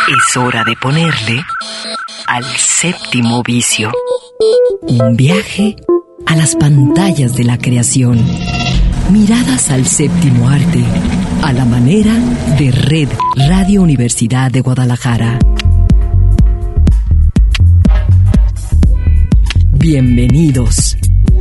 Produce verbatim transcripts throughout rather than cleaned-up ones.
Es hora de ponerle al séptimo vicio. Un viaje a las pantallas de la creación. Miradas al séptimo arte, a la manera de Red Radio Universidad de Guadalajara. Bienvenidos.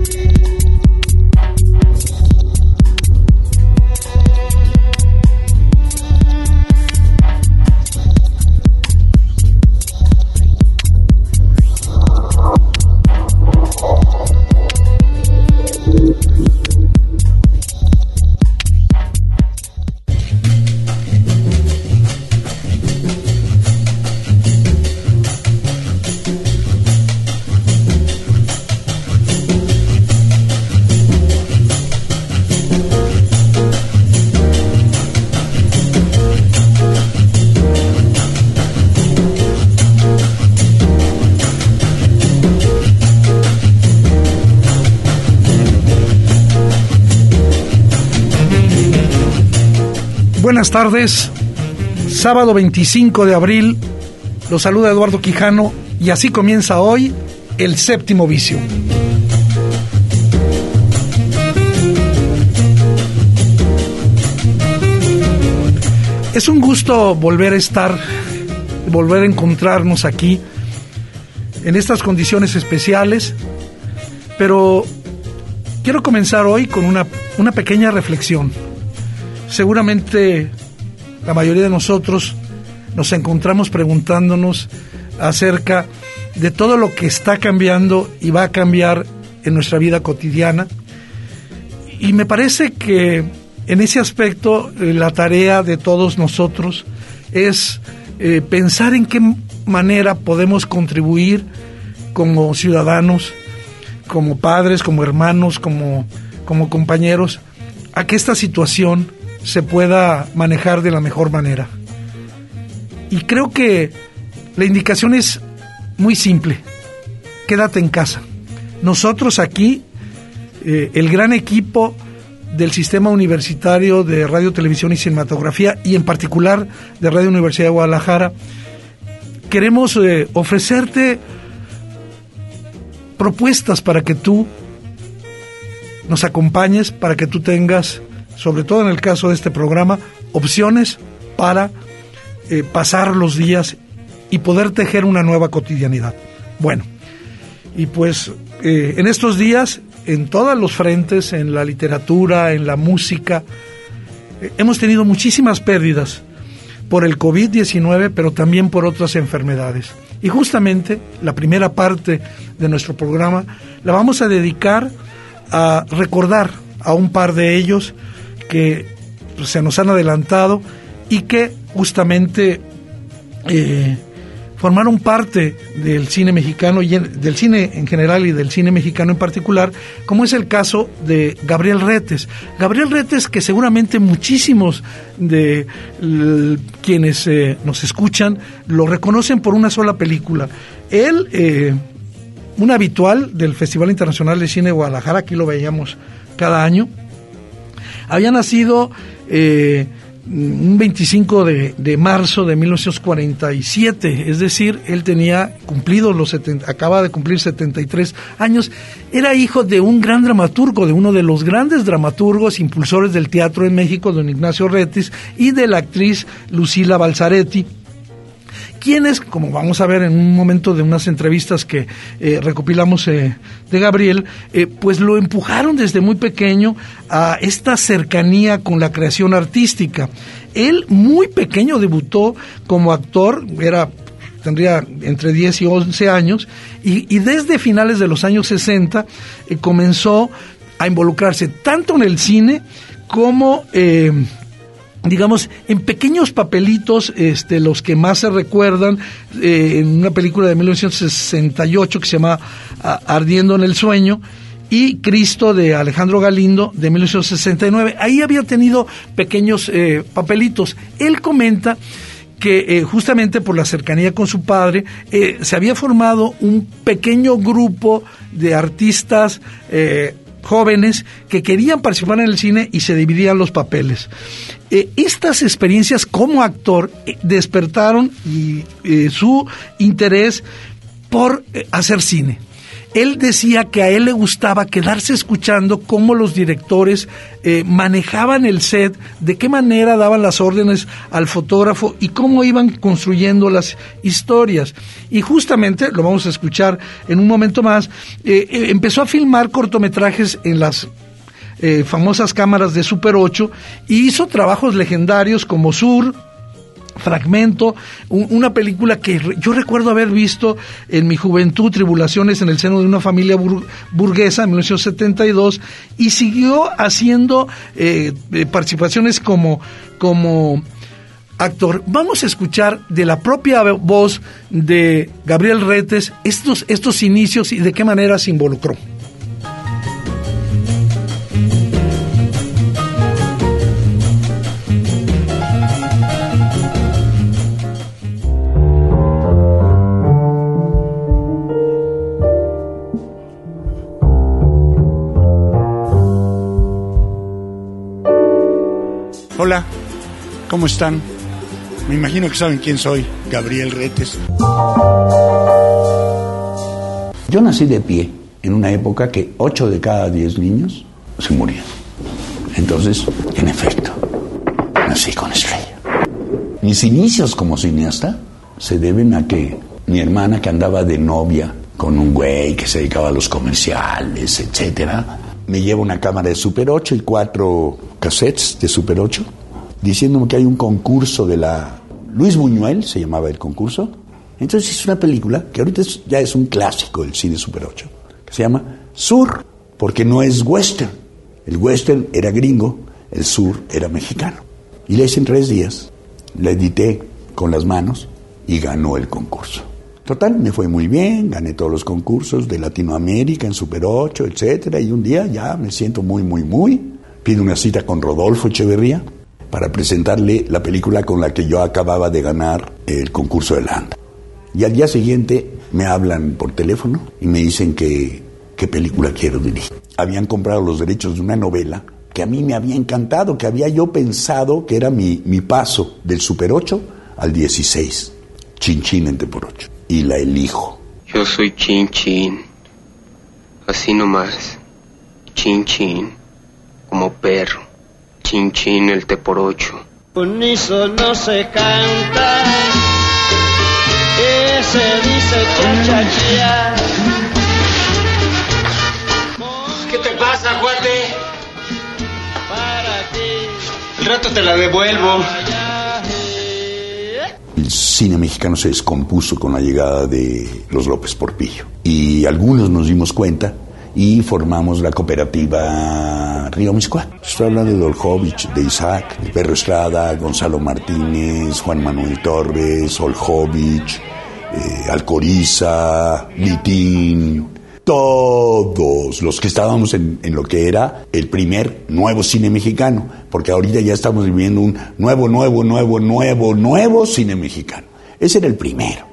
Buenas tardes, sábado veinticinco de abril, los saluda Eduardo Quijano y así comienza hoy el séptimo vicio. Es un gusto volver a estar, volver a encontrarnos aquí en estas condiciones especiales, pero quiero comenzar hoy con una, una pequeña reflexión. Seguramente la mayoría de nosotros nos encontramos preguntándonos acerca de todo lo que está cambiando y va a cambiar en nuestra vida cotidiana. Y me parece que en ese aspecto eh, la tarea de todos nosotros es eh, pensar en qué manera podemos contribuir como ciudadanos, como padres, como hermanos, como, como compañeros, a que esta situación se pueda manejar de la mejor manera. Y creo que la indicación es muy simple: quédate en casa. Nosotros aquí, eh, el gran equipo del Sistema Universitario de Radio, Televisión y Cinematografía, y en particular de Radio Universidad de Guadalajara, queremos eh, ofrecerte propuestas para que tú nos acompañes, para que tú tengas, sobre todo en el caso de este programa, opciones para eh, pasar los días y poder tejer una nueva cotidianidad. Bueno, y pues eh, en estos días, en todos los frentes, en la literatura, en la música, eh, hemos tenido muchísimas pérdidas por el covid diecinueve, pero también por otras enfermedades. Y justamente la primera parte de nuestro programa la vamos a dedicar a recordar a un par de ellos que pues, se nos han adelantado y que justamente eh, formaron parte del cine mexicano y en, del cine en general y del cine mexicano en particular, como es el caso de Gabriel Retes. Gabriel Retes, que seguramente muchísimos de l, quienes eh, nos escuchan lo reconocen por una sola película. Él, eh, un habitual del Festival Internacional de Cine de Guadalajara, aquí lo veíamos cada año. Había nacido eh, un veinticinco de, de marzo de mil novecientos cuarenta y siete, es decir, él tenía cumplido los setenta, acaba de cumplir setenta y tres años. Era hijo de un gran dramaturgo, de uno de los grandes dramaturgos impulsores del teatro en México, don Ignacio Retes, y de la actriz Lucila Balzaretti, quienes, como vamos a ver en un momento de unas entrevistas que eh, recopilamos eh, de Gabriel, eh, pues lo empujaron desde muy pequeño a esta cercanía con la creación artística. Él muy pequeño debutó como actor, era tendría entre diez y once años, y, y desde finales de los años sesenta eh, comenzó a involucrarse tanto en el cine como eh, digamos, en pequeños papelitos, este, los que más se recuerdan, eh, en una película de mil novecientos sesenta y ocho que se llama Ardiendo en el Sueño, y Cristo de Alejandro Galindo de mil novecientos sesenta y nueve. Ahí había tenido pequeños eh, papelitos. Él comenta que eh, justamente por la cercanía con su padre, eh, se había formado un pequeño grupo de artistas eh, jóvenes que querían participar en el cine y se dividían los papeles. Eh, estas experiencias como actor eh, despertaron y, eh, su interés por eh, hacer cine. Él decía que a él le gustaba quedarse escuchando cómo los directores eh, manejaban el set, de qué manera daban las órdenes al fotógrafo y cómo iban construyendo las historias. Y justamente, lo vamos a escuchar en un momento más, eh, eh, empezó a filmar cortometrajes en las eh, famosas cámaras de Super ocho y hizo trabajos legendarios como Sur, Fragmento, un, una película que re, yo recuerdo haber visto en mi juventud, Tribulaciones en el seno de una familia bur, burguesa, en mil novecientos setenta y dos, y siguió haciendo eh, eh, participaciones como, como actor. Vamos a escuchar de la propia voz de Gabriel Retes estos, estos inicios y de qué manera se involucró. Hola, ¿cómo están? Me imagino que saben quién soy, Gabriel Retes. Yo nací de pie en una época que ocho de cada diez niños se morían. Entonces, en efecto, nací con estrella. Mis inicios como cineasta se deben a que mi hermana, que andaba de novia con un güey que se dedicaba a los comerciales, etcétera, me lleva una cámara de Super ocho y cuatro cassettes de Super ocho, diciéndome que hay un concurso de la... Luis Buñuel se llamaba el concurso. Entonces hice una película que ahorita es, ya es un clásico del cine Super ocho, que se llama Sur, porque no es western. El western era gringo, el sur era mexicano. Y la hice en tres días, la edité con las manos y ganó el concurso. Total, me fue muy bien, gané todos los concursos de Latinoamérica en Super ocho, etcétera, y un día ya me siento muy, muy, muy, pido una cita con Rodolfo Echeverría para presentarle la película con la que yo acababa de ganar el concurso de Landa. Y al día siguiente me hablan por teléfono y me dicen que qué película quiero dirigir. Habían comprado los derechos de una novela que a mí me había encantado, que había yo pensado que era mi, mi paso del Super ocho al dieciséis, Chin Chin en T por ocho. Y la elijo. Yo soy Chin Chin, así nomás, Chin Chin, como perro, Chin Chin el T por ocho. Unísono se canta, y se dice cha-cha-cha. ¿Qué te pasa, cuate? Para ti. El rato te la devuelvo. El cine mexicano se descompuso con la llegada de los López Portillo y algunos nos dimos cuenta y formamos la cooperativa Río Miscuac. Estoy hablando de Oljovich, de Isaac, de Perro Estrada, Gonzalo Martínez, Juan Manuel Torres, Oljovich, eh, Alcoriza, Litín, todos los que estábamos en, en lo que era el primer nuevo cine mexicano, porque ahorita ya estamos viviendo un nuevo, nuevo, nuevo, nuevo, nuevo cine mexicano. Ese era el primero.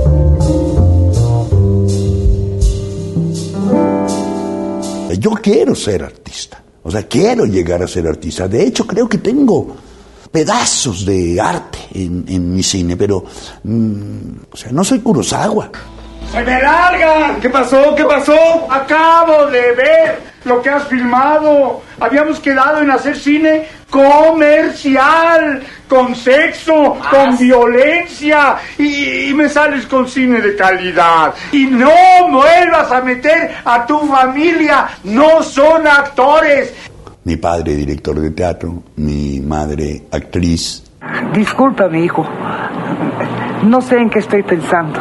Yo quiero ser artista, o sea, quiero llegar a ser artista. De hecho, creo que tengo pedazos de arte en, en mi cine, pero, mmm, o sea, no soy Kurosawa. ¡Se me larga! ¿Qué pasó? ¿Qué pasó? Acabo de ver lo que has filmado. Habíamos quedado en hacer cine comercial, con sexo, ¿Más? con violencia, y, y me sales con cine de calidad. Y no vuelvas a meter a tu familia, no son actores. Mi padre, director de teatro, mi madre, actriz. Discúlpame, hijo. No sé en qué estoy pensando.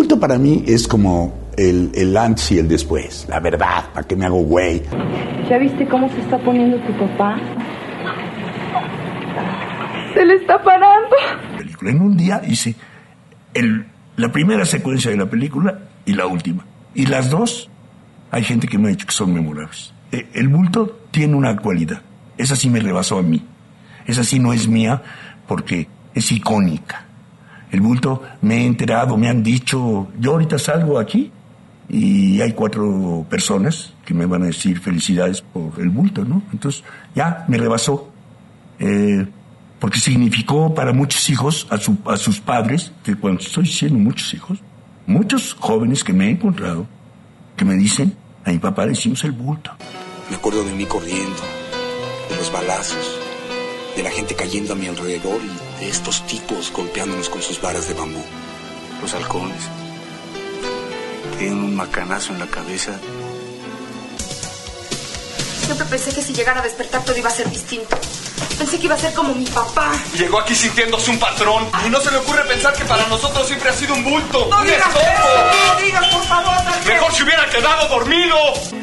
bulto para mí es como el, el antes y el después. La verdad, ¿para qué me hago güey? ¿Ya viste cómo se está poniendo tu papá? Se le está parando. En un día hice el, la primera secuencia de la película y la última. Y las dos, hay gente que me ha dicho que son memorables. El bulto tiene una cualidad. Esa sí me rebasó a mí. Esa sí no es mía porque es icónica. El bulto, me he enterado, me han dicho... Yo ahorita salgo aquí y hay cuatro personas que me van a decir felicidades por el bulto, ¿no? Entonces, ya me rebasó. Eh, porque significó para muchos hijos, a, su, a sus padres, que cuando estoy diciendo muchos hijos, muchos jóvenes que me he encontrado, que me dicen, a mi papá le hicimos el bulto. Me acuerdo de mí corriendo, de los balazos, de la gente cayendo a mi alrededor y de estos tipos golpeándonos con sus varas de bambú. Los halcones. Tienen un macanazo en la cabeza. Siempre pensé que si llegara a despertar todo iba a ser distinto. Pensé que iba a ser como mi papá. Llegó aquí sintiéndose un patrón. Y no se le ocurre pensar que para nosotros siempre ha sido un bulto. ¡No ¡Un digas estorbo! eso! ¡No digas, por favor! También. ¡Mejor se hubiera quedado dormido!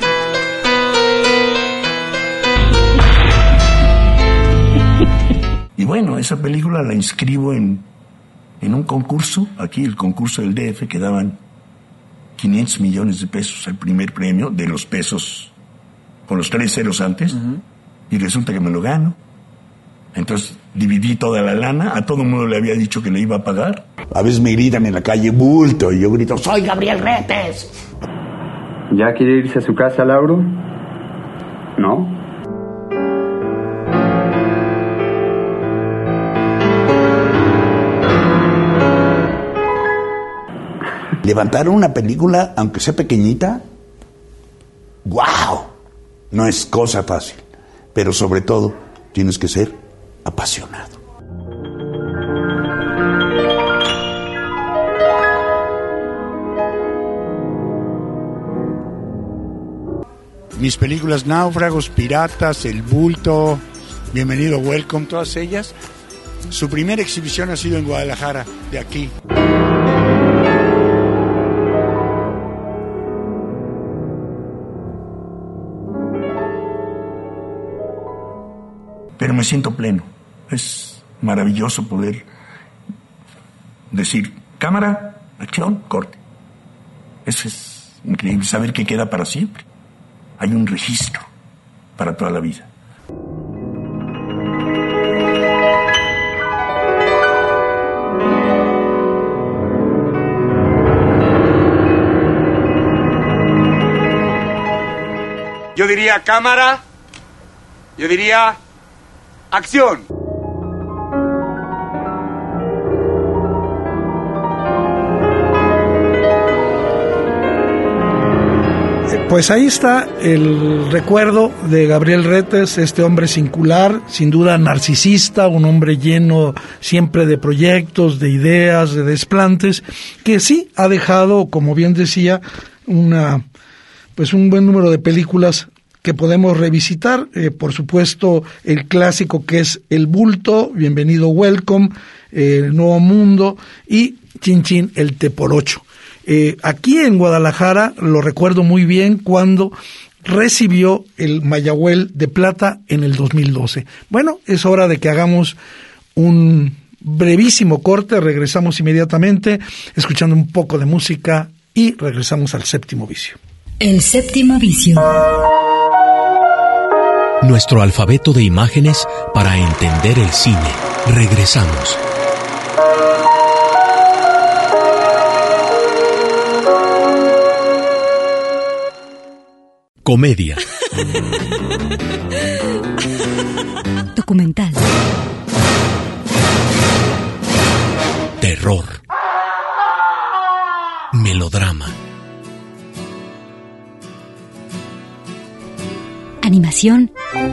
Y bueno, esa película la inscribo en, en un concurso, aquí el concurso del D F, que daban quinientos millones de pesos, el primer premio, de los pesos, con los tres ceros antes, uh-huh. Y resulta que me lo gano. Entonces dividí toda la lana, a todo el mundo le había dicho que le iba a pagar. A veces me gritan en la calle bulto, y yo grito, ¡soy Gabriel Retes! ¿Ya quiere irse a su casa, Lauro? ¿No? Levantar una película, aunque sea pequeñita, ¡wow! No es cosa fácil, pero sobre todo tienes que ser apasionado. Mis películas Náufragos, Piratas, El Bulto, Bienvenido, Welcome, todas ellas, su primera exhibición ha sido en Guadalajara, de aquí. Pero me siento pleno. Es maravilloso poder decir, cámara, acción, corte. Eso es increíble, saber que queda para siempre. Hay un registro para toda la vida. Yo diría cámara, yo diría acción. Pues ahí está el recuerdo de Gabriel Retes, este hombre singular, sin duda narcisista, un hombre lleno siempre de proyectos, de ideas, de desplantes, que sí ha dejado, como bien decía, una pues un buen número de películas que podemos revisitar, eh, por supuesto el clásico que es El Bulto, Bienvenido, Welcome, eh, El Nuevo Mundo y Chin Chin, el Te por ocho. Eh, aquí en Guadalajara lo recuerdo muy bien cuando recibió el Mayagüel de Plata en el dos mil doce. Bueno, es hora de que hagamos un brevísimo corte, regresamos inmediatamente escuchando un poco de música y regresamos al Séptimo Vicio. El Séptimo Vicio. Nuestro alfabeto de imágenes para entender el cine. Regresamos. Comedia. Documental. Terror. Melodrama. Animación.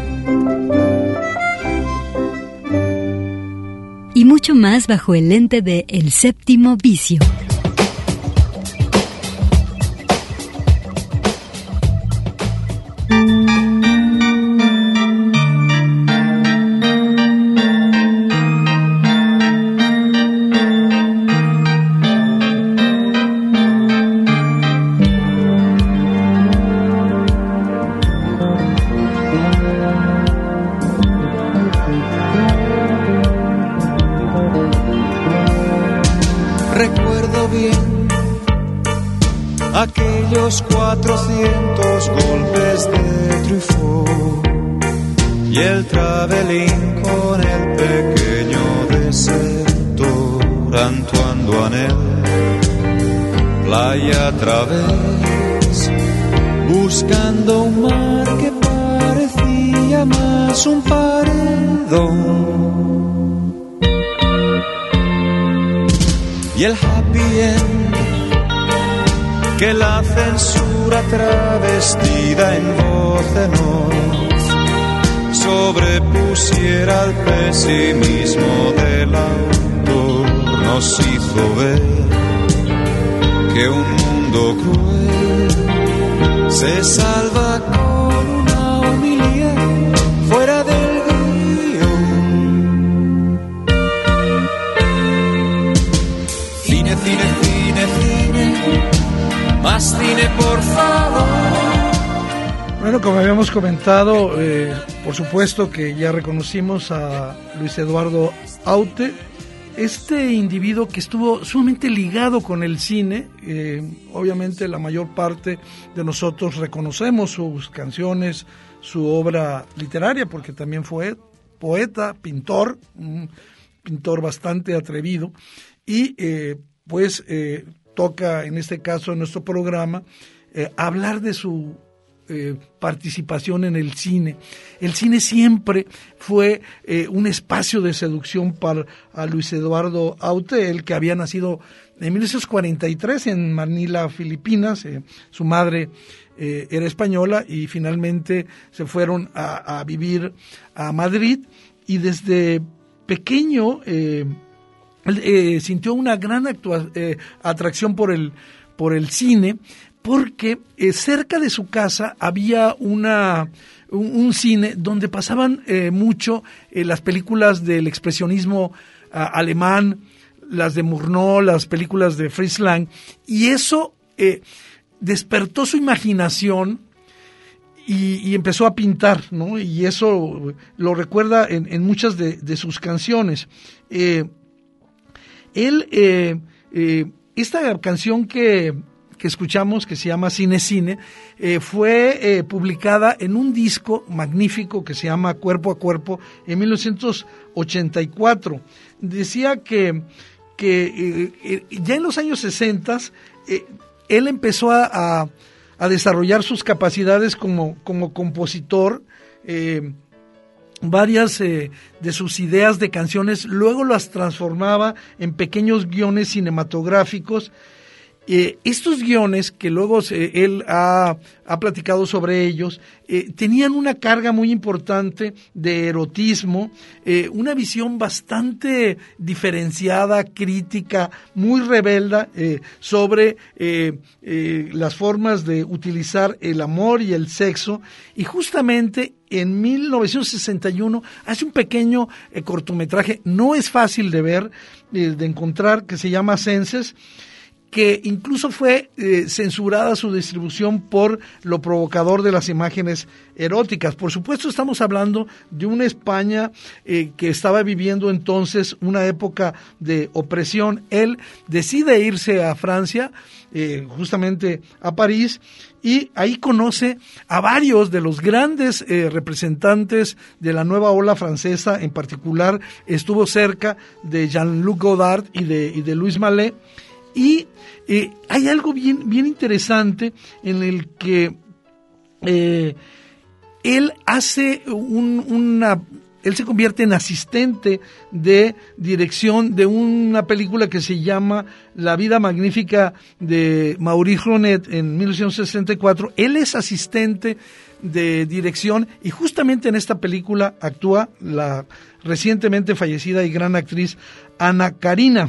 Y mucho más bajo el lente de El Séptimo Vicio. aquellos cuatrocientos golpes de Truffaut y el travelling con el pequeño desertor Antoine Duanel, playa a través, buscando un mar que parecía más un paredón. Y el happy end, que la censura travestida en voz en off sobrepusiera al pesimismo del autor, nos hizo ver que un mundo cruel se salva con una homilía fuera del guión. Cine, cine, cine, cine, más cine, por favor. Bueno, como habíamos comentado, eh, por supuesto que ya reconocimos a Luis Eduardo Aute, este individuo que estuvo sumamente ligado con el cine. Eh, obviamente la mayor parte de nosotros reconocemos sus canciones, su obra literaria, porque también fue poeta, pintor, un pintor bastante atrevido, y eh, pues eh, toca en este caso en nuestro programa eh, hablar de su Eh, participación en el cine. El cine siempre fue eh, un espacio de seducción para a Luis Eduardo Aute, el que había nacido en mil novecientos cuarenta y tres en Manila, Filipinas. Eh, su madre eh, era española y finalmente se fueron a, a vivir a Madrid, y desde pequeño eh, eh, sintió una gran actua- eh, atracción por el, por el cine, porque eh, cerca de su casa había una un, un cine donde pasaban eh, mucho eh, las películas del expresionismo uh, alemán, las de Murnau, las películas de Fritz Lang, y eso eh, despertó su imaginación y, y empezó a pintar, ¿no? Y eso lo recuerda en, en muchas de, de sus canciones. Eh, él, eh, eh, esta canción que que escuchamos, que se llama Cine Cine, eh, fue eh, publicada en un disco magnífico que se llama Cuerpo a Cuerpo en mil novecientos ochenta y cuatro. Decía que, que eh, eh, ya en los años sesenta eh, él empezó a, a, a desarrollar sus capacidades como, como compositor. eh, Varias eh, de sus ideas de canciones luego las transformaba en pequeños guiones cinematográficos. Eh, estos guiones, que luego eh, él ha, ha platicado sobre ellos, eh, tenían una carga muy importante de erotismo, eh, una visión bastante diferenciada, crítica, muy rebelda eh, sobre eh, eh, las formas de utilizar el amor y el sexo. Y justamente en mil novecientos sesenta y uno hace un pequeño eh, cortometraje, no es fácil de ver, eh, de encontrar, que se llama Senses, que incluso fue eh, censurada su distribución por lo provocador de las imágenes eróticas. Por supuesto, estamos hablando de una España eh, que estaba viviendo entonces una época de opresión. Él decide irse a Francia, eh, justamente a París, y ahí conoce a varios de los grandes eh, representantes de la nueva ola francesa. En particular, estuvo cerca de Jean-Luc Godard y de, y de Louis Malle. Y eh, hay algo bien, bien interesante en el que eh, él hace un, una, él se convierte en asistente de dirección de una película que se llama La vida magnífica de Maurice Ronet en mil novecientos sesenta y cuatro. Él es asistente de dirección y justamente en esta película actúa la recientemente fallecida y gran actriz Ana Karina.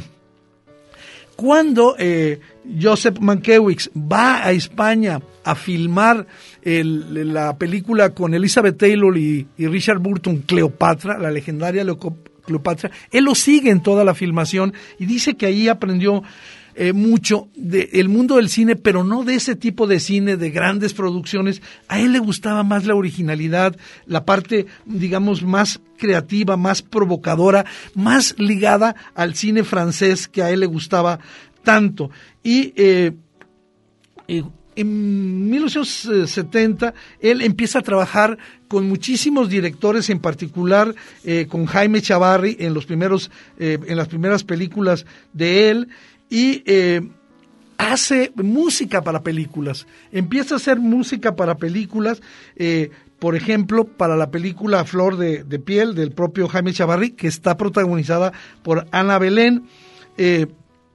Cuando eh, Joseph Mankiewicz va a España a filmar el, la película con Elizabeth Taylor y, y Richard Burton, Cleopatra, la legendaria Cleopatra, él lo sigue en toda la filmación y dice que ahí aprendió eh, mucho del mundo del cine, pero no de ese tipo de cine de grandes producciones. A él le gustaba más la originalidad, la parte, digamos, más creativa, más provocadora, más ligada al cine francés que a él le gustaba tanto. Y eh, Eh, en mil novecientos setenta él empieza a trabajar con muchísimos directores, en particular eh, con Jaime Chavarri en los primeros, eh, en las primeras películas de él, y eh, hace música para películas. Empieza a hacer música para películas, eh, por ejemplo, para la película Flor de, de Piel del propio Jaime Chavarri, que está protagonizada por Ana Belén, eh,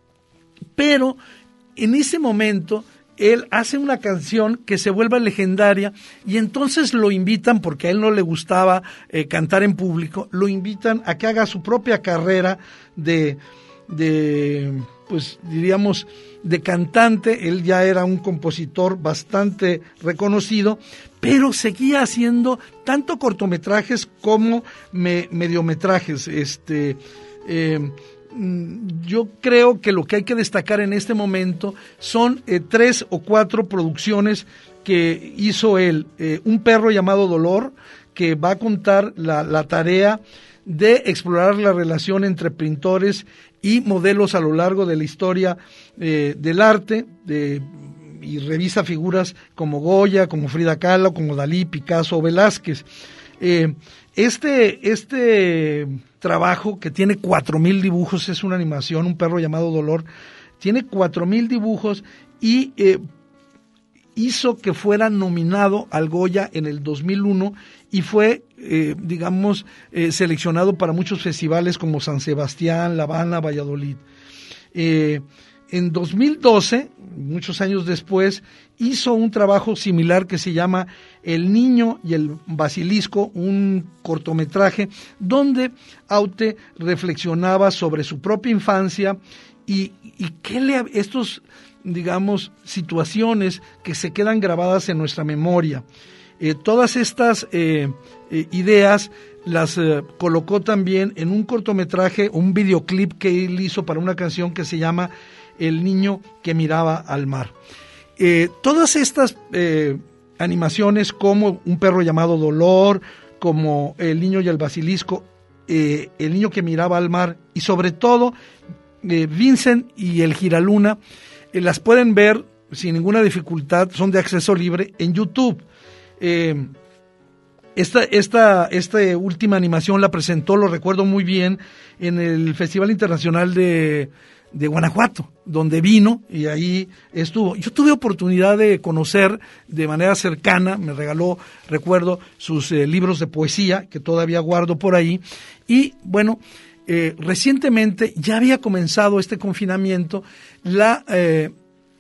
pero en ese momento él hace una canción que se vuelve legendaria y entonces lo invitan, porque a él no le gustaba eh, cantar en público, lo invitan a que haga su propia carrera de, de, pues diríamos, de cantante. Él ya era un compositor bastante reconocido, pero seguía haciendo tanto cortometrajes como me, mediometrajes. Este... Eh, Yo creo que lo que hay que destacar en este momento son eh, tres o cuatro producciones que hizo él. Eh, un perro llamado Dolor, que va a contar la, la tarea de explorar la relación entre pintores y modelos a lo largo de la historia eh, del arte, de, y revisa figuras como Goya, como Frida Kahlo, como Dalí, Picasso o Velázquez. Eh, este, este trabajo, que tiene cuatro mil dibujos, es una animación, Un perro llamado Dolor, tiene cuatro mil dibujos y eh, hizo que fuera nominado al Goya en el dos mil uno y fue, eh, digamos, eh, seleccionado para muchos festivales como San Sebastián, La Habana, Valladolid. Eh, en dos mil doce, muchos años después, hizo un trabajo similar que se llama El niño y el basilisco, un cortometraje donde Aute reflexionaba sobre su propia infancia y, y qué le, estos, digamos, situaciones que se quedan grabadas en nuestra memoria. Eh, todas estas eh, eh, ideas las eh, colocó también en un cortometraje, un videoclip que él hizo para una canción que se llama El niño que miraba al mar. Eh, todas estas eh, animaciones, como Un perro llamado Dolor, como El niño y el basilisco, eh, El niño que miraba al mar, y sobre todo eh, Vincent y el Giraluna, eh, las pueden ver sin ninguna dificultad, son de acceso libre en YouTube. Eh, esta, esta, esta última animación la presentó, lo recuerdo muy bien, en el Festival Internacional de de Guanajuato, donde vino y ahí estuvo. Yo tuve oportunidad de conocer de manera cercana, me regaló, recuerdo, sus eh, libros de poesía, que todavía guardo por ahí, y bueno, eh, recientemente ya había comenzado este confinamiento, la eh,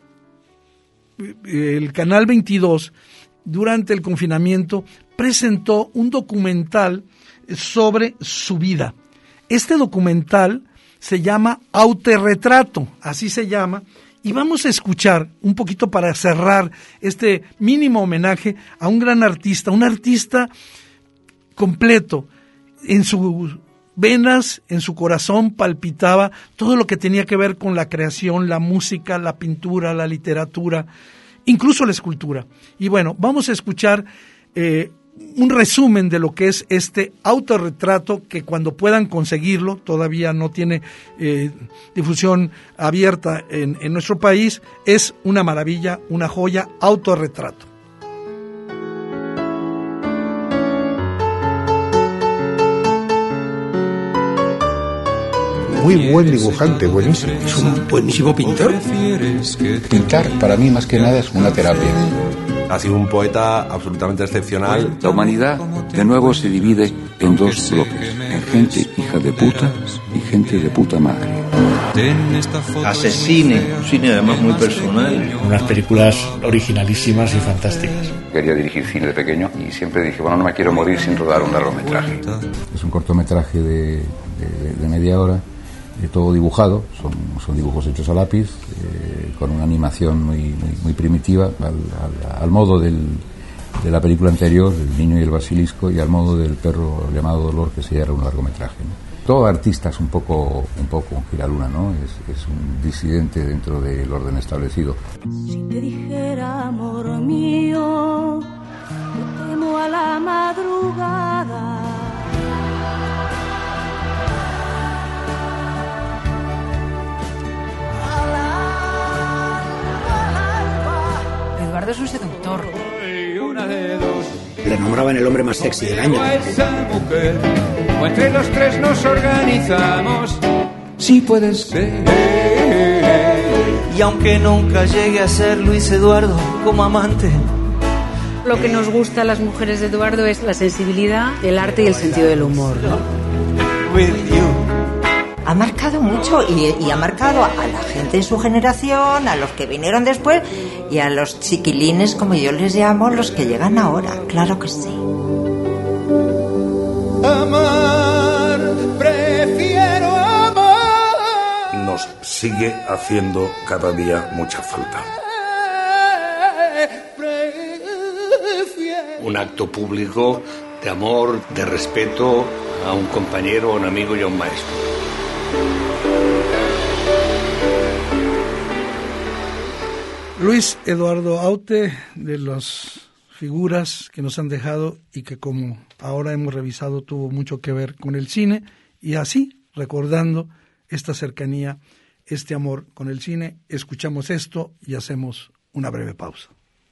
el Canal veintidós, durante el confinamiento, presentó un documental sobre su vida. Este documental se llama Autorretrato, así se llama, y vamos a escuchar un poquito para cerrar este mínimo homenaje a un gran artista, un artista completo. En sus venas, en su corazón palpitaba todo lo que tenía que ver con la creación, la música, la pintura, la literatura, incluso la escultura. Y bueno, vamos a escuchar eh, un resumen de lo que es este autorretrato, que cuando puedan conseguirlo, todavía no tiene eh, difusión abierta en, en nuestro país, es una maravilla, una joya, Autorretrato. Muy buen dibujante, buenísimo. Es un buenísimo pintor. Pintar para mí más que nada es una terapia. Ha sido un poeta absolutamente excepcional. La humanidad de nuevo se divide en dos bloques, en gente hija de puta y gente de puta madre. Hace cine, un cine además muy personal. Unas películas originalísimas y fantásticas. Quería dirigir cine de pequeño y siempre dije, bueno, no me quiero morir sin rodar un largometraje. Es un cortometraje de, de, de media hora, de todo dibujado, son, son dibujos hechos a lápiz, eh, con una animación muy, muy, muy primitiva, al, al, al modo del, de la película anterior, El niño y el basilisco, y al modo del perro llamado Dolor, que sí era un largometraje, ¿no? Todo artista es un poco un poco un giraluna, ¿no? Es, es un disidente dentro del orden establecido. Si te dijera, amor mío, que temo a la madrugada. Al alba, al alba, Eduardo es un seductor. Le nombraban el hombre más sexy del año. Mujer, o entre los tres nos organizamos. Sí puedes ser. Y aunque nunca llegue a ser Luis Eduardo como amante, lo que nos gusta a las mujeres de Eduardo es la sensibilidad, el arte y el sentido del humor, ¿no? With you. Ha marcado mucho y, y ha marcado a la gente en su generación, a los que vinieron después y a los chiquilines, como yo les llamo, los que llegan ahora, claro que sí. Amar, prefiero amar. Nos sigue haciendo cada día mucha falta. Un acto público de amor, de respeto a un compañero, a un amigo y a un maestro. Luis Eduardo Aute, de las figuras que nos han dejado y que, como ahora hemos revisado, tuvo mucho que ver con el cine, y así, recordando esta cercanía, este amor con el cine, escuchamos esto y hacemos una breve pausa.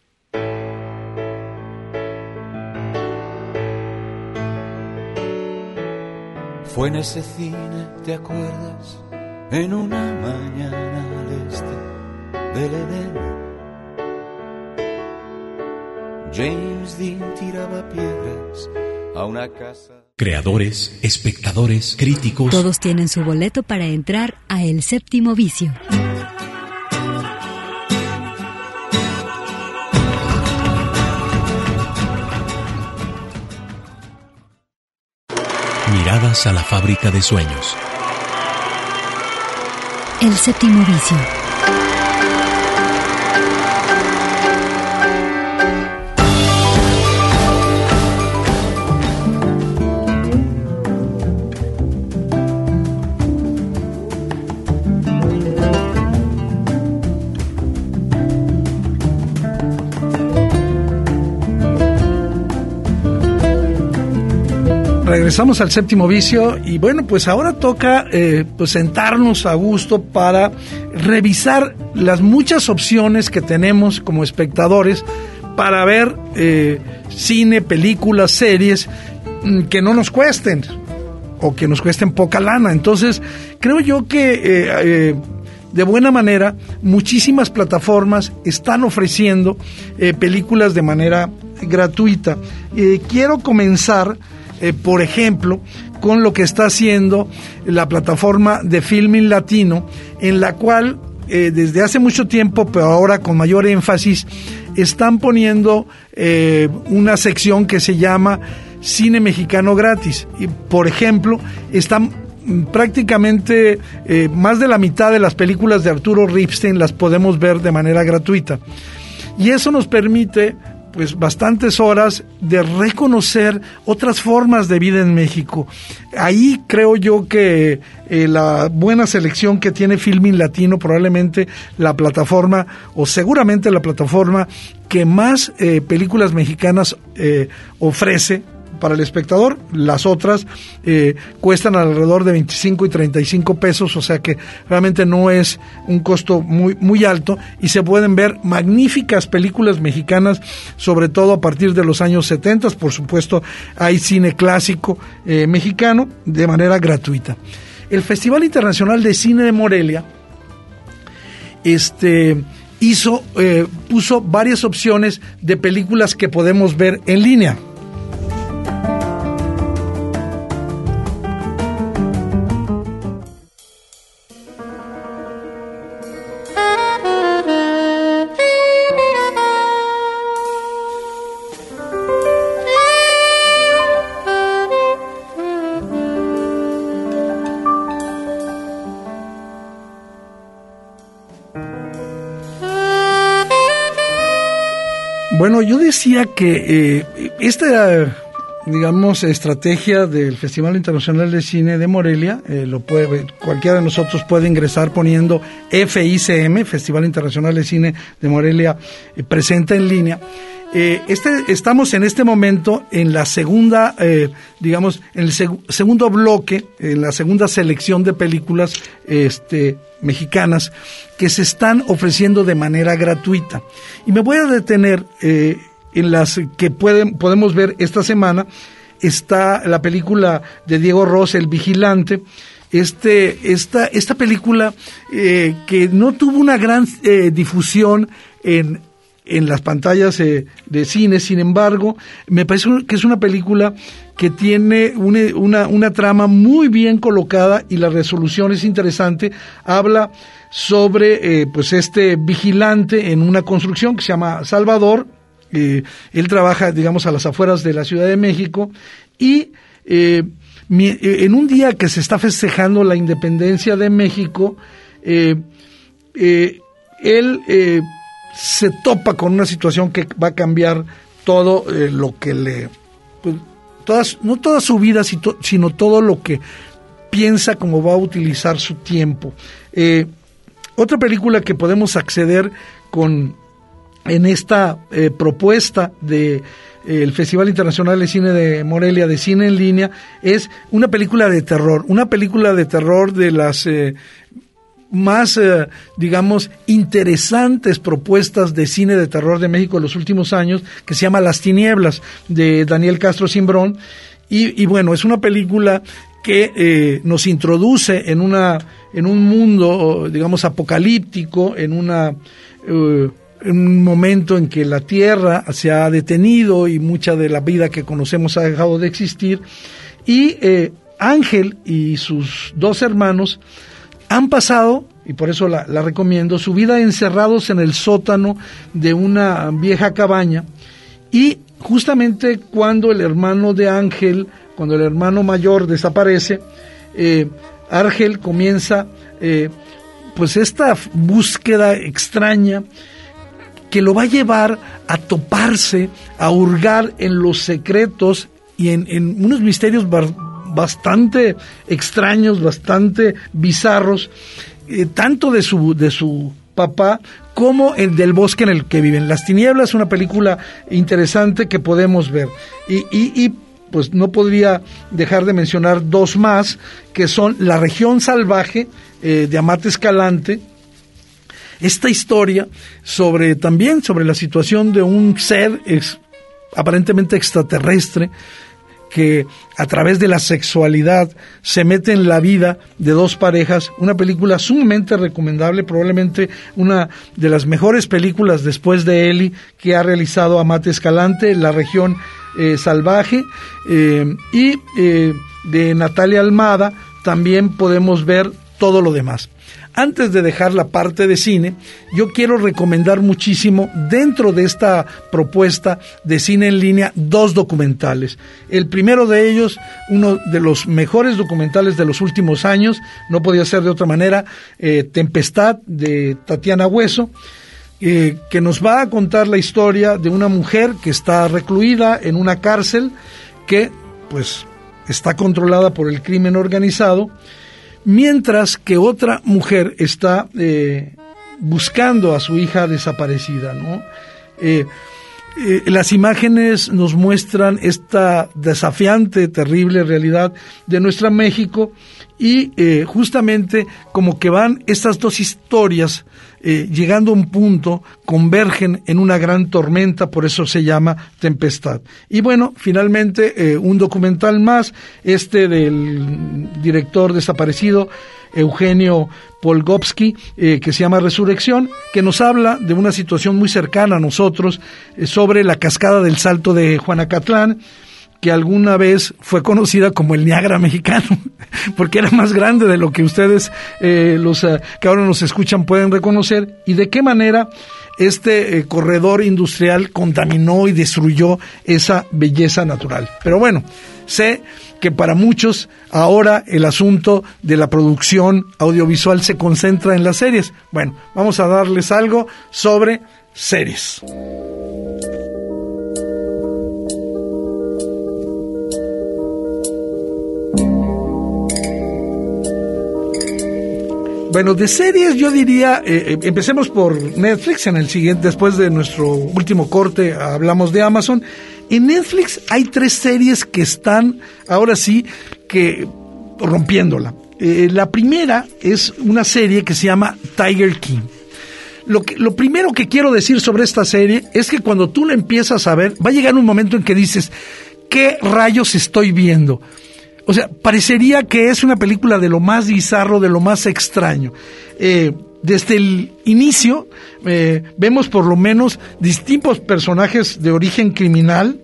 Fue en ese cine, ¿te acuerdas? En una mañana al este del Edén. James Dean tiraba piedras a una casa. Creadores, espectadores, críticos. Todos tienen su boleto para entrar a El Séptimo Vicio. Miradas a la fábrica de sueños. El Séptimo Vicio. Regresamos al Séptimo Vicio y bueno, pues ahora toca eh, pues sentarnos a gusto para revisar las muchas opciones que tenemos como espectadores para ver eh, cine, películas, series que no nos cuesten o que nos cuesten poca lana. Entonces creo yo que eh, eh, de buena manera muchísimas plataformas están ofreciendo eh, películas de manera gratuita. Eh, quiero comenzar Eh, por ejemplo, con lo que está haciendo la plataforma de Filmin Latino, en la cual eh, desde hace mucho tiempo, pero ahora con mayor énfasis, están poniendo eh, una sección que se llama Cine Mexicano Gratis. Y, por ejemplo, están prácticamente eh, más de la mitad de las películas de Arturo Ripstein las podemos ver de manera gratuita. Y eso nos permite pues bastantes horas de reconocer otras formas de vida en México. Ahí creo yo que eh, la buena selección que tiene Filmin Latino, probablemente la plataforma, o seguramente la plataforma que más eh, películas mexicanas eh, ofrece para el espectador. Las otras eh, cuestan alrededor de veinticinco y treinta y cinco pesos, o sea que realmente no es un costo muy, muy alto, y se pueden ver magníficas películas mexicanas, sobre todo a partir de los años setenta. Por supuesto, hay cine clásico eh, mexicano de manera gratuita. El Festival Internacional de Cine de Morelia este, hizo, eh, puso varias opciones de películas que podemos ver en línea. Bueno, yo decía que eh, esta digamos, estrategia del Festival Internacional de Cine de Morelia. Eh, lo puede, cualquiera de nosotros puede ingresar poniendo F I C M, Festival Internacional de Cine de Morelia, eh, presenta en línea. Eh, este, estamos en este momento en la segunda, eh, digamos, en el seg- segundo bloque, en la segunda selección de películas este, mexicanas que se están ofreciendo de manera gratuita. Y me voy a detener eh, en las que pueden, podemos ver esta semana. Está la película de Diego Ross, El Vigilante. Este, esta, esta película eh, que no tuvo una gran eh, difusión en en las pantallas eh, de cine, sin embargo, me parece que es una película que tiene una, una, una trama muy bien colocada y la resolución es interesante. Habla sobre eh, pues este vigilante en una construcción que se llama Salvador. Eh, él trabaja, digamos, a las afueras de la Ciudad de México y eh, mi, eh, en un día que se está festejando la independencia de México, eh, eh, él... Eh, se topa con una situación que va a cambiar todo eh, lo que le... Pues, todas, no toda su vida, sino todo lo que piensa cómo va a utilizar su tiempo. Eh, otra película que podemos acceder con en esta eh, propuesta de eh, el Festival Internacional de Cine de Morelia, de cine en línea, es una película de terror, una película de terror de las... Eh, más, eh, digamos, interesantes propuestas de cine de terror de México en los últimos años, que se llama Las Tinieblas, de Daniel Castro Cimbrón, y, y bueno, es una película que eh, nos introduce en una en un mundo, digamos, apocalíptico, en una eh, en un momento en que la Tierra se ha detenido y mucha de la vida que conocemos ha dejado de existir, y eh, Ángel y sus dos hermanos han pasado, y por eso la, la recomiendo, su vida encerrados en el sótano de una vieja cabaña, y justamente cuando el hermano de Ángel, cuando el hermano mayor desaparece, eh, Ángel comienza eh, pues esta búsqueda extraña que lo va a llevar a toparse, a hurgar en los secretos y en, en unos misterios bar- bastante extraños, bastante bizarros, eh, tanto de su de su papá como el del bosque en el que viven. Las Tinieblas es una película interesante que podemos ver. Y, y, y pues no podría dejar de mencionar dos más, que son La Región Salvaje, eh, de Amate Escalante. Esta historia sobre también sobre la situación de un ser ex, aparentemente extraterrestre, que a través de la sexualidad se mete en la vida de dos parejas. Una película sumamente recomendable, probablemente una de las mejores películas después de Eli que ha realizado Amate Escalante, La Región eh, Salvaje, eh, y eh, de Natalia Almada también podemos ver Todo lo demás. Antes de dejar la parte de cine, yo quiero recomendar muchísimo dentro de esta propuesta de cine en línea dos documentales. El primero de ellos, uno de los mejores documentales de los últimos años, no podía ser de otra manera, eh, Tempestad, de Tatiana Hueso, eh, que nos va a contar la historia de una mujer que está recluida en una cárcel que pues está controlada por el crimen organizado, mientras que otra mujer está eh, buscando a su hija desaparecida, ¿no? Eh, eh, las imágenes nos muestran esta desafiante, terrible realidad de nuestra México y eh, justamente como que van estas dos historias eh, llegando a un punto, convergen en una gran tormenta, por eso se llama Tempestad. Y bueno, finalmente eh, un documental más, este del director desaparecido Eugenio Polgovsky, eh, que se llama Resurrección, que nos habla de una situación muy cercana a nosotros, eh, sobre la cascada del Salto de Juanacatlán, que alguna vez fue conocida como el Niágara mexicano, porque era más grande de lo que ustedes, eh, los uh, que ahora nos escuchan, pueden reconocer, y de qué manera este eh, corredor industrial contaminó y destruyó esa belleza natural. Pero bueno, sé que para muchos ahora el asunto de la producción audiovisual se concentra en las series. Bueno, vamos a darles algo sobre series. Bueno, de series yo diría, eh, empecemos por Netflix, en el siguiente, después de nuestro último corte hablamos de Amazon. En Netflix hay tres series que están, ahora sí, que rompiéndola. Eh, la primera es una serie que se llama Tiger King. Lo, que, lo primero que quiero decir sobre esta serie es que cuando tú la empiezas a ver, va a llegar un momento en que dices, ¿qué rayos estoy viendo? O sea, parecería que es una película de lo más bizarro, de lo más extraño. Eh, desde el inicio eh, vemos por lo menos distintos personajes de origen criminal,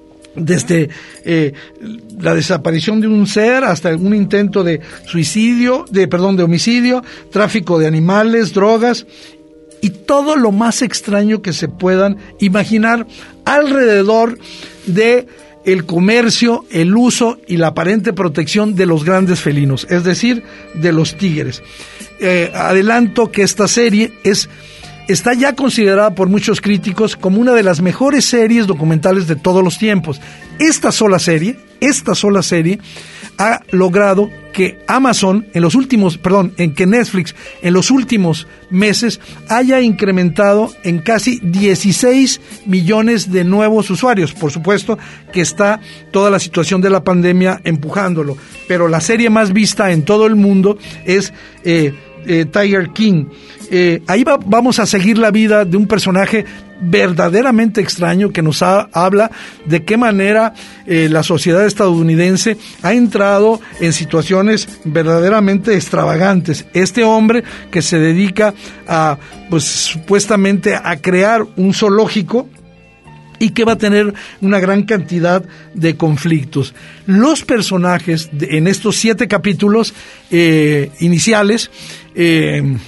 desde eh, la desaparición de un ser hasta un intento de suicidio, de perdón, de homicidio, tráfico de animales, drogas y todo lo más extraño que se puedan imaginar alrededor de el comercio, el uso y la aparente protección de los grandes felinos, es decir, de los tigres. Eh, adelanto que esta serie es, está ya considerada por muchos críticos como una de las mejores series documentales de todos los tiempos. Esta sola serie, esta sola serie ha logrado que Amazon en los últimos, perdón, en que Netflix en los últimos meses haya incrementado en casi dieciséis millones de nuevos usuarios. Por supuesto que está toda la situación de la pandemia empujándolo, pero la serie más vista en todo el mundo es eh, eh, Tiger King. Eh, ahí va, vamos a seguir la vida de un personaje verdaderamente extraño que nos ha, habla de qué manera eh, la sociedad estadounidense ha entrado en situaciones verdaderamente extravagantes. Este hombre que se dedica a, pues supuestamente a crear un zoológico y que va a tener una gran cantidad de conflictos. Los personajes de, en estos siete capítulos eh, iniciales eh,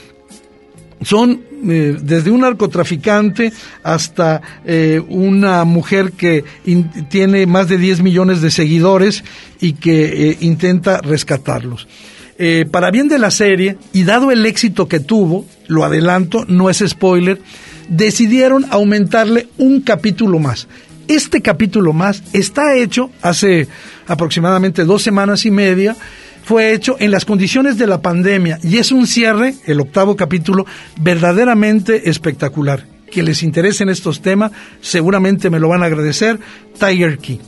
son eh, desde un narcotraficante hasta eh, una mujer que in, tiene más de diez millones de seguidores y que eh, intenta rescatarlos. Eh, para bien de la serie, y dado el éxito que tuvo, lo adelanto, no es spoiler, decidieron aumentarle un capítulo más. Este capítulo más está hecho hace aproximadamente dos semanas y media. Fue hecho en las condiciones de la pandemia y es un cierre, el octavo capítulo, verdaderamente espectacular. Que les interesen estos temas, seguramente me lo van a agradecer. Tiger King.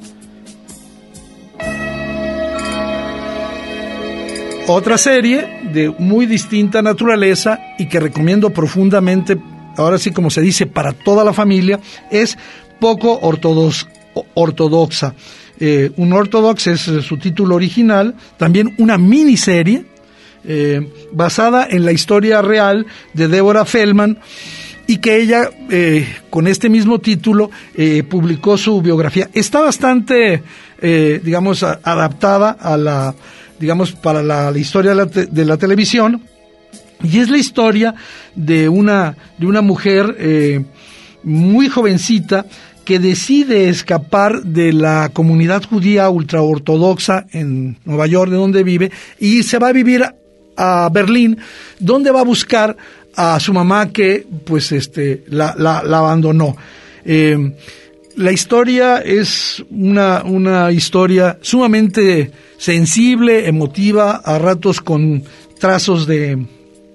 Otra serie de muy distinta naturaleza y que recomiendo profundamente, ahora sí como se dice, para toda la familia, es Poco ortodox, ortodoxa. Eh, un Ortodox es su título original, también una miniserie eh, basada en la historia real de Deborah Feldman y que ella eh, con este mismo título eh, publicó su biografía. Está bastante, eh, digamos, a, adaptada a la, digamos, para la, la historia de la, te, de la televisión y es la historia de una, de una mujer eh, muy jovencita que decide escapar de la comunidad judía ultraortodoxa en Nueva York, de donde vive, y se va a vivir a Berlín, donde va a buscar a su mamá que pues este la, la, la abandonó. Eh, la historia es una, una historia sumamente sensible, emotiva, a ratos con trazos de,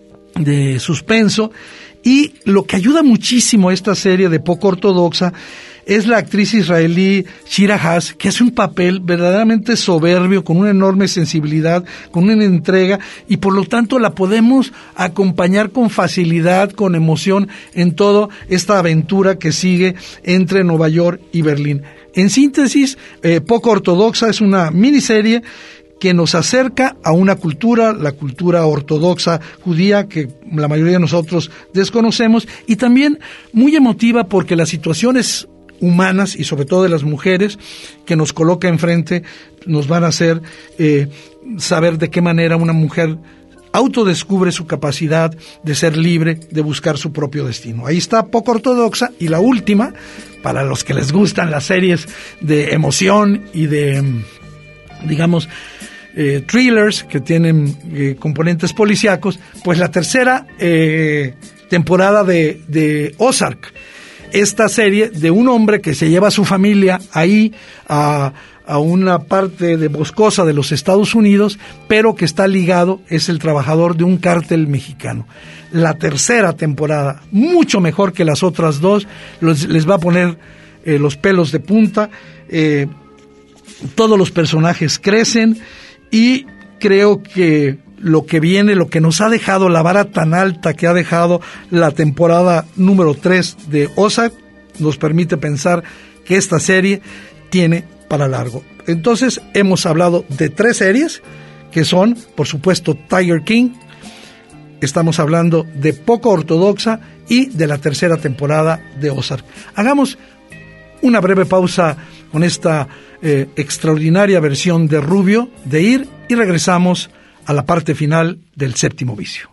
de suspenso, y lo que ayuda muchísimo a esta serie de Poco ortodoxa es la actriz israelí Shira Haas, que hace un papel verdaderamente soberbio, con una enorme sensibilidad, con una entrega, y por lo tanto la podemos acompañar con facilidad, con emoción, en toda esta aventura que sigue entre Nueva York y Berlín. En síntesis, eh, Poco ortodoxa es una miniserie que nos acerca a una cultura, la cultura ortodoxa judía, que la mayoría de nosotros desconocemos, y también muy emotiva porque las situaciones humanas y sobre todo de las mujeres que nos coloca enfrente nos van a hacer eh, saber de qué manera una mujer autodescubre su capacidad de ser libre, de buscar su propio destino. Ahí está Poco ortodoxa. Y la última, para los que les gustan las series de emoción y de, digamos, eh, thrillers que tienen eh, componentes policíacos, pues la tercera eh, temporada de, de Ozark. Esta serie de un hombre que se lleva a su familia ahí a, a una parte de boscosa de los Estados Unidos, pero que está ligado, es el trabajador de un cártel mexicano. La tercera temporada, mucho mejor que las otras dos, los, les va a poner eh, los pelos de punta, eh, todos los personajes crecen y creo que lo que viene, lo que nos ha dejado la vara tan alta que ha dejado la temporada número tres de Ozark, nos permite pensar que esta serie tiene para largo. Entonces hemos hablado de tres series que son, por supuesto, Tiger King, estamos hablando de Poco Ortodoxa y de la tercera temporada de Ozark. Hagamos una breve pausa con esta eh, extraordinaria versión de Rubio de Ir y regresamos a la parte final del Séptimo Vicio.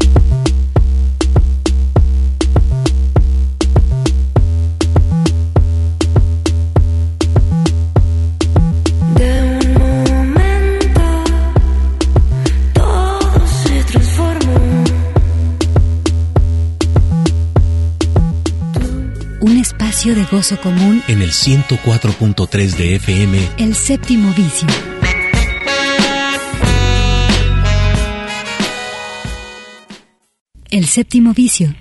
Un espacio de gozo común en el ciento cuatro punto tres de F M. El Séptimo Vicio. El Séptimo Vicio.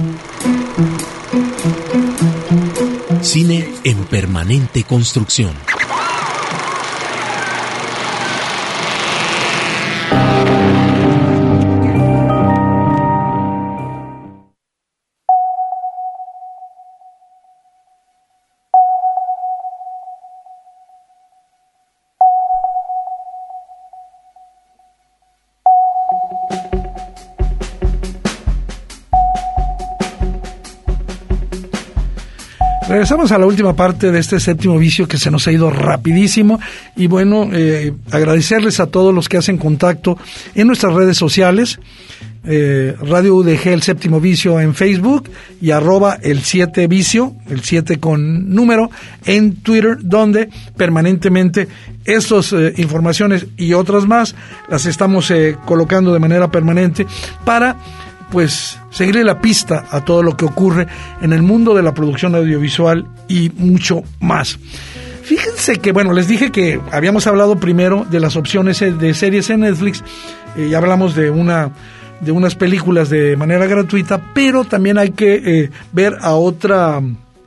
Cine en permanente construcción. Regresamos a la última parte de este Séptimo Vicio que se nos ha ido rapidísimo y bueno, eh, agradecerles a todos los que hacen contacto en nuestras redes sociales, eh, Radio U D G El Séptimo Vicio en Facebook y arroba el siete vicio, el siete con número, en Twitter, donde permanentemente estas eh, informaciones y otras más las estamos eh, colocando de manera permanente para pues seguirle la pista a todo lo que ocurre en el mundo de la producción audiovisual y mucho más. Fíjense que, bueno, les dije que habíamos hablado primero de las opciones de series en Netflix, eh, ya hablamos de una de unas películas de manera gratuita, pero también hay que eh, ver a otra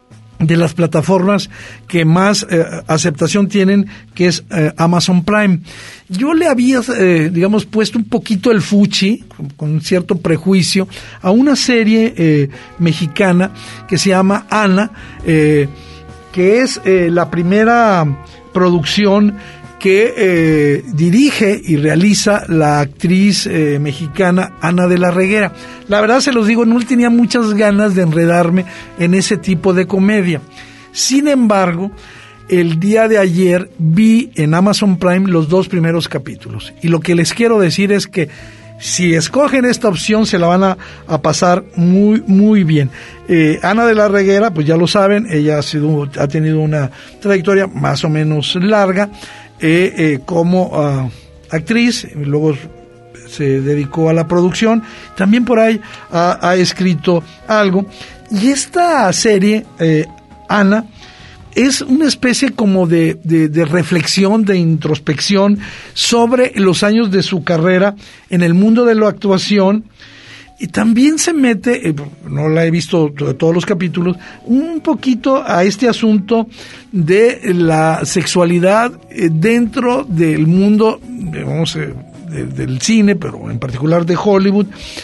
de las plataformas que más eh, aceptación tienen, que es eh, Amazon Prime. Yo le había, eh, digamos, puesto un poquito el fuchi, con, con cierto prejuicio, a una serie eh, mexicana que se llama Ana, eh, que es eh, la primera producción que eh, dirige y realiza la actriz eh, mexicana Ana de la Reguera. La verdad se los digo, no tenía muchas ganas de enredarme en ese tipo de comedia. Sin embargo, el día de ayer vi en Amazon Prime los dos primeros capítulos. Y lo que les quiero decir es que si escogen esta opción se la van a, a pasar muy, muy bien. Eh, Ana de la Reguera, pues ya lo saben, ella ha, sido, ha tenido una trayectoria más o menos larga, Eh, eh, como uh, actriz, luego se dedicó a la producción, también por ahí ha, ha escrito algo, y esta serie, eh, Ana, es una especie como de, de, de reflexión, de introspección sobre los años de su carrera en el mundo de la actuación. Y también se mete, eh, no la he visto todos los capítulos, un poquito a este asunto de la sexualidad eh, dentro del mundo, digamos, eh, de, del cine, pero en particular de Hollywood,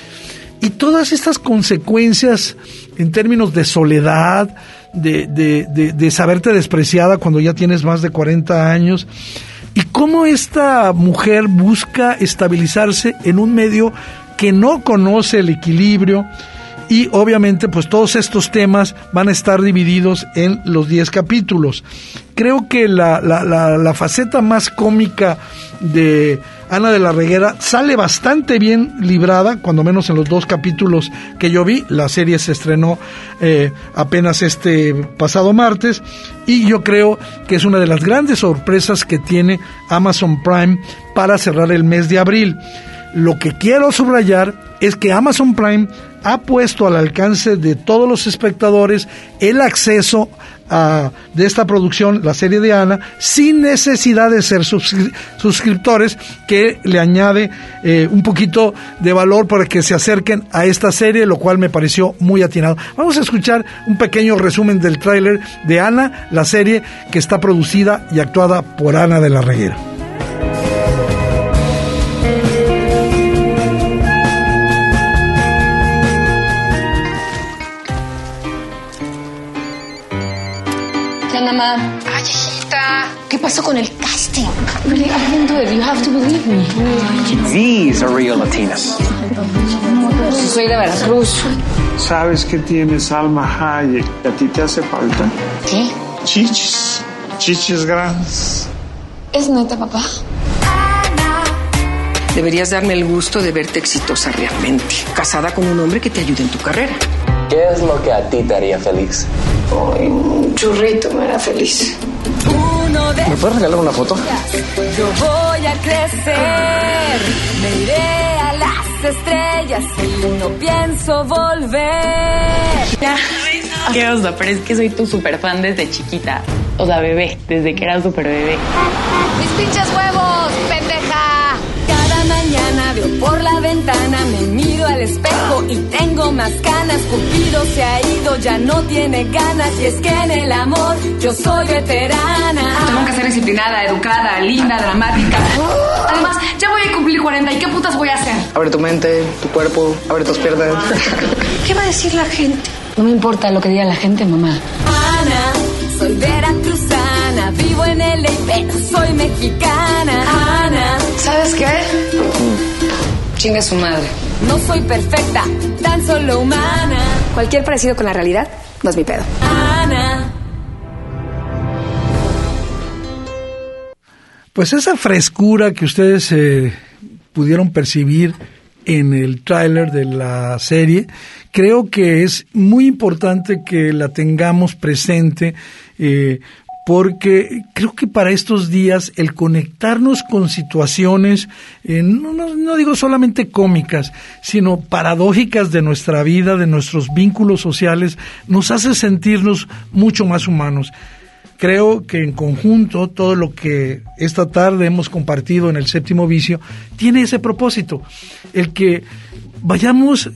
y todas estas consecuencias en términos de soledad, de, de, de, de saberte despreciada cuando ya tienes más de cuarenta años, y cómo esta mujer busca estabilizarse en un medio que no conoce el equilibrio, y obviamente pues todos estos temas van a estar divididos en los diez capítulos. Creo que la, la, la, la faceta más cómica de Ana de la Reguera sale bastante bien librada, cuando menos en los dos capítulos que yo vi. La serie se estrenó eh, apenas este pasado martes, y yo creo que es una de las grandes sorpresas que tiene Amazon Prime para cerrar el mes de abril. Lo que quiero subrayar es que Amazon Prime ha puesto al alcance de todos los espectadores el acceso a, de esta producción, la serie de Ana, sin necesidad de ser suscri- suscriptores, que le añade eh, un poquito de valor para que se acerquen a esta serie, lo cual me pareció muy atinado. Vamos a escuchar un pequeño resumen del tráiler de Ana, la serie que está producida y actuada por Ana de la Reguera. Mamá. Ay, hijita. ¿Qué pasó con el casting? Really, I didn't do it. You have to believe me. These are real Latinas. Soy de Veracruz. ¿Sabes que tienes Salma Hayek? ¿A ti te hace falta? ¿Qué? Chichis. Chichis grandes. ¿Es neta, papá? Deberías darme el gusto de verte exitosa realmente. Casada con un hombre que te ayude en tu carrera. ¿Qué es lo que a ti te haría feliz? Ay, un churrito me hará feliz. ¿Me puedes regalar una foto? Yo voy a crecer, me iré a las estrellas y no pienso volver. ¿Qué onda? Pero es que soy tu super fan desde chiquita. O sea, bebé, desde que era súper bebé. ¡Mis pinches huevos, pendeja! Cada mañana veo por la ventana, me miro al espejo y tengo más canas. Cupido se ha ido, ya no tiene ganas. Y es que en el amor yo soy veterana. Tengo que ser disciplinada, educada, linda, dramática. Además, ya voy a cumplir cuarenta y ¿qué putas voy a hacer? Abre tu mente, tu cuerpo, abre tus piernas. ¿Qué va a decir la gente? No me importa lo que diga la gente, mamá. Ana, soy veracruzana, vivo en L A, pero soy mexicana. Ana, ¿sabes qué? Mm. Chingue su madre. No soy perfecta, tan solo humana. Cualquier parecido con la realidad no es mi pedo. Ana. Pues esa frescura que ustedes eh, pudieron percibir en el tráiler de la serie, creo que es muy importante que la tengamos presente, eh, porque creo que para estos días el conectarnos con situaciones, eh, no, no, no digo solamente cómicas, sino paradójicas de nuestra vida, de nuestros vínculos sociales, nos hace sentirnos mucho más humanos. Creo que en conjunto todo lo que esta tarde hemos compartido en el Séptimo Vicio tiene ese propósito, el que vayamos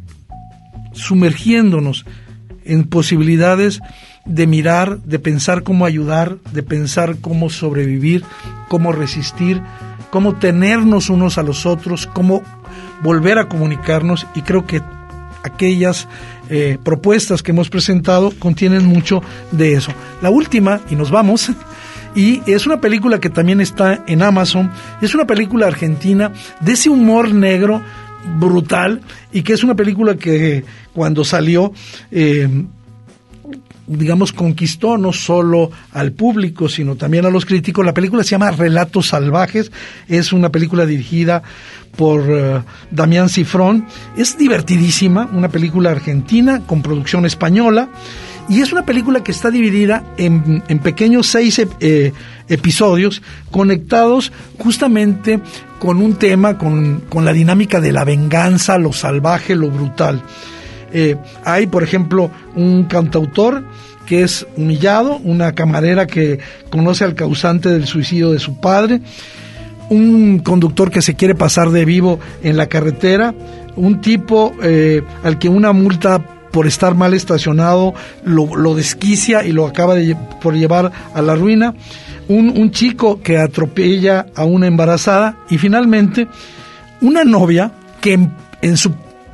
sumergiéndonos en posibilidades de mirar, de pensar cómo ayudar, de pensar cómo sobrevivir, cómo resistir, cómo tenernos unos a los otros, cómo volver a comunicarnos, y creo que aquellas eh, propuestas que hemos presentado contienen mucho de eso. La última, y nos vamos, y es una película que también está en Amazon, es una película argentina de ese humor negro brutal, y que es una película que cuando salió, eh, digamos, conquistó no solo al público, sino también a los críticos. La película se llama Relatos Salvajes, es una película dirigida por uh, Damián Cifrón, es divertidísima, una película argentina con producción española, y es una película que está dividida en, en pequeños seis eh, episodios conectados justamente con un tema, con, con la dinámica de la venganza, lo salvaje, lo brutal. Eh, hay, por ejemplo, un cantautor que es humillado, una camarera que conoce al causante del suicidio de su padre, un conductor que se lle pasar de vivo en la carretera, un tipo eh, al que una multa por estar mal estacionado lo, lo desquicia y lo acaba de, por llevar a la ruina, un, un chico que atropella a una embarazada, y finalmente una novia que en, en su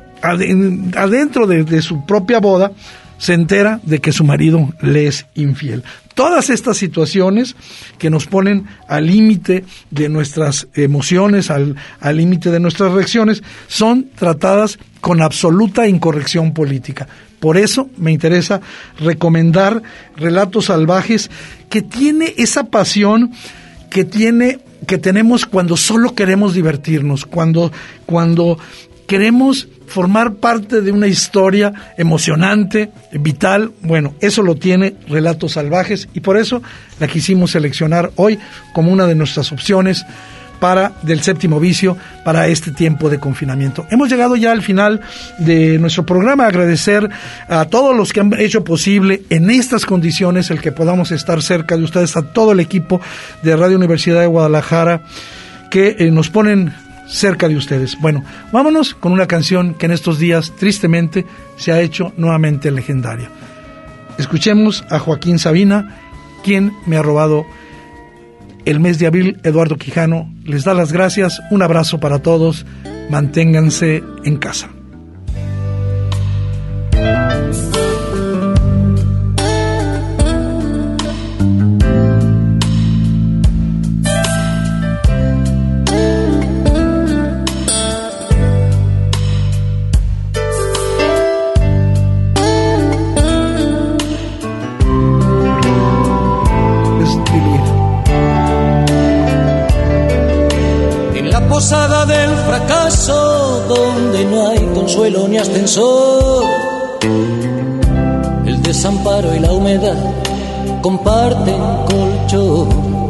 adentro de, de su propia boda se entera de que su marido le es infiel. Todas estas situaciones que nos ponen al límite de nuestras emociones, al al límite de nuestras reacciones, son tratadas con absoluta incorrección política. Por eso me interesa recomendar Relatos Salvajes, que tiene esa pasión que tiene que tenemos cuando solo queremos divertirnos, cuando cuando queremos formar parte de una historia emocionante, vital. Bueno, eso lo tiene Relatos Salvajes, y por eso la quisimos seleccionar hoy como una de nuestras opciones para del Séptimo Vicio para este tiempo de confinamiento. Hemos llegado ya al final de nuestro programa. Agradecer a todos los que han hecho posible en estas condiciones el que podamos estar cerca de ustedes, a todo el equipo de Radio Universidad de Guadalajara que eh, nos ponen cerca de ustedes. Bueno, vámonos con una canción que en estos días tristemente se ha hecho nuevamente legendaria. Escuchemos a Joaquín Sabina, quien me ha robado el mes de abril. Eduardo Quijano les da las gracias, un abrazo para todos, manténganse en casa. Posada del fracaso, donde no hay consuelo ni ascensor, el desamparo y la humedad comparten colchón.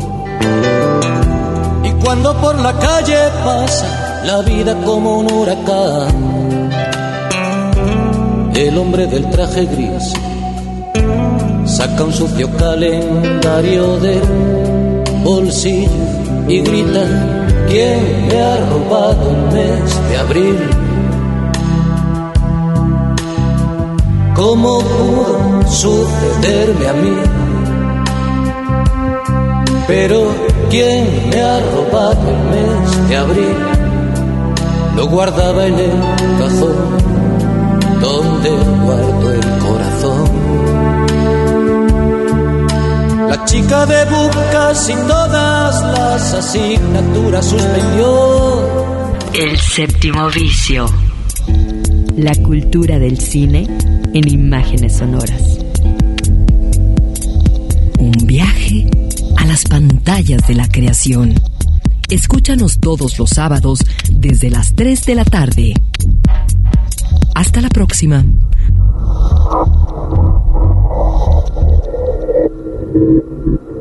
Y cuando por la calle pasa la vida como un huracán, el hombre del traje gris saca un sucio calendario del bolsillo y grita: ¿quién me ha robado el mes de abril? ¿Cómo pudo sucederme a mí? Pero ¿quién me ha robado el mes de abril? Lo guardaba en el cajón donde guardo el corazón. La chica de Bucas y todas las asignaturas suspendió. El Séptimo Vicio. La cultura del cine en imágenes sonoras. Un viaje a las pantallas de la creación. Escúchanos todos los sábados desde las tres de la tarde. Hasta la próxima. Thank you.